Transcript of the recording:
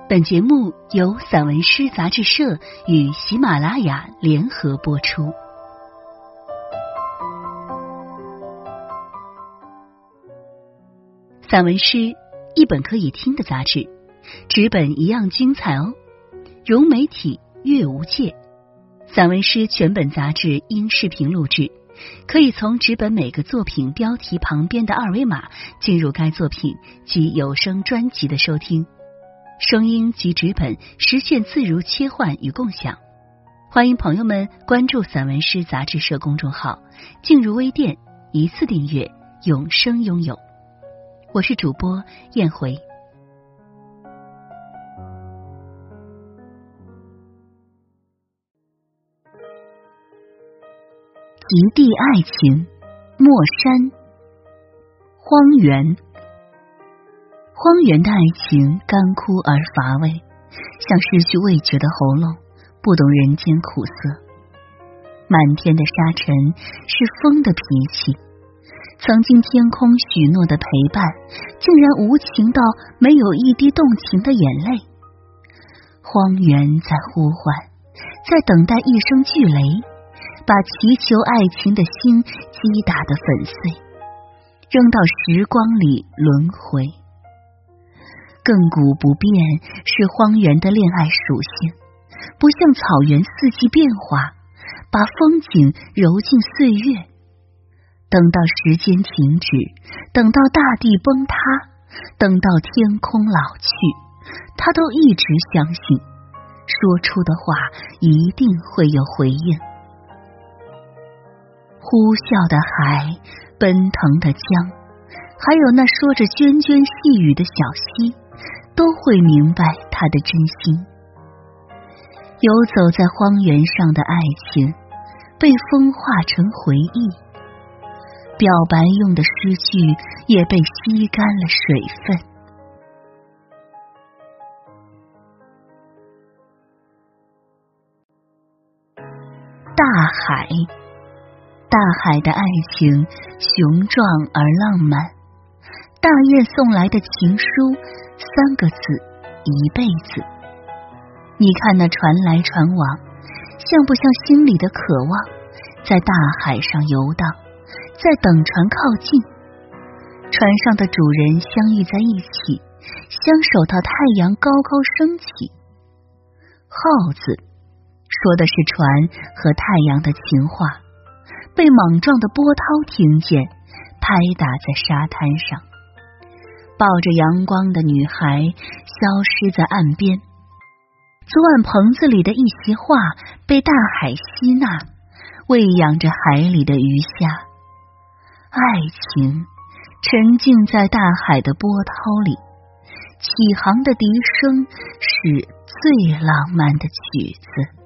本节目由散文诗杂志社与喜马拉雅联合播出。散文诗，一本可以听的杂志，纸本一样精彩哦。融媒体，阅无界。散文诗全本杂志因视频录制，可以从纸本每个作品标题旁边的二维码进入该作品及有声专辑的收听。声音及纸本实现自如切换与共享。欢迎朋友们关注散文诗杂志社公众号，进入微店，一次订阅，永生拥有。我是主播燕回。极地爱情，莫山。荒原。荒原的爱情干枯而乏味，像失去味觉的喉咙，不懂人间苦涩。满天的沙尘是风的脾气，曾经天空许诺的陪伴，竟然无情到没有一滴动情的眼泪。荒原在呼唤，在等待一声巨雷，把祈求爱情的心击打得粉碎，扔到时光里轮回。亘古不变是荒原的恋爱属性，不像草原四季变化，把风景揉进岁月。等到时间停止，等到大地崩塌，等到天空老去，他都一直相信，说出的话一定会有回应。呼啸的海，奔腾的江，还有那说着涓涓细语的小溪，都会明白他的真心。游走在荒原上的爱情，被风化成回忆，表白用的诗句也被吸干了水分。大海。大海的爱情雄壮而浪漫，大雁送来的情书3个字，一辈子。你看那船来船往，像不像心里的渴望，在大海上游荡，在等船靠近。船上的主人相遇在一起，相守到太阳高高升起。号子说的是船和太阳的情话，被莽撞的波涛听见，拍打在沙滩上。抱着阳光的女孩消失在岸边，昨晚棚子里的一席话被大海吸纳，喂养着海里的鱼虾。爱情沉浸在大海的波涛里，起航的笛声是最浪漫的曲子。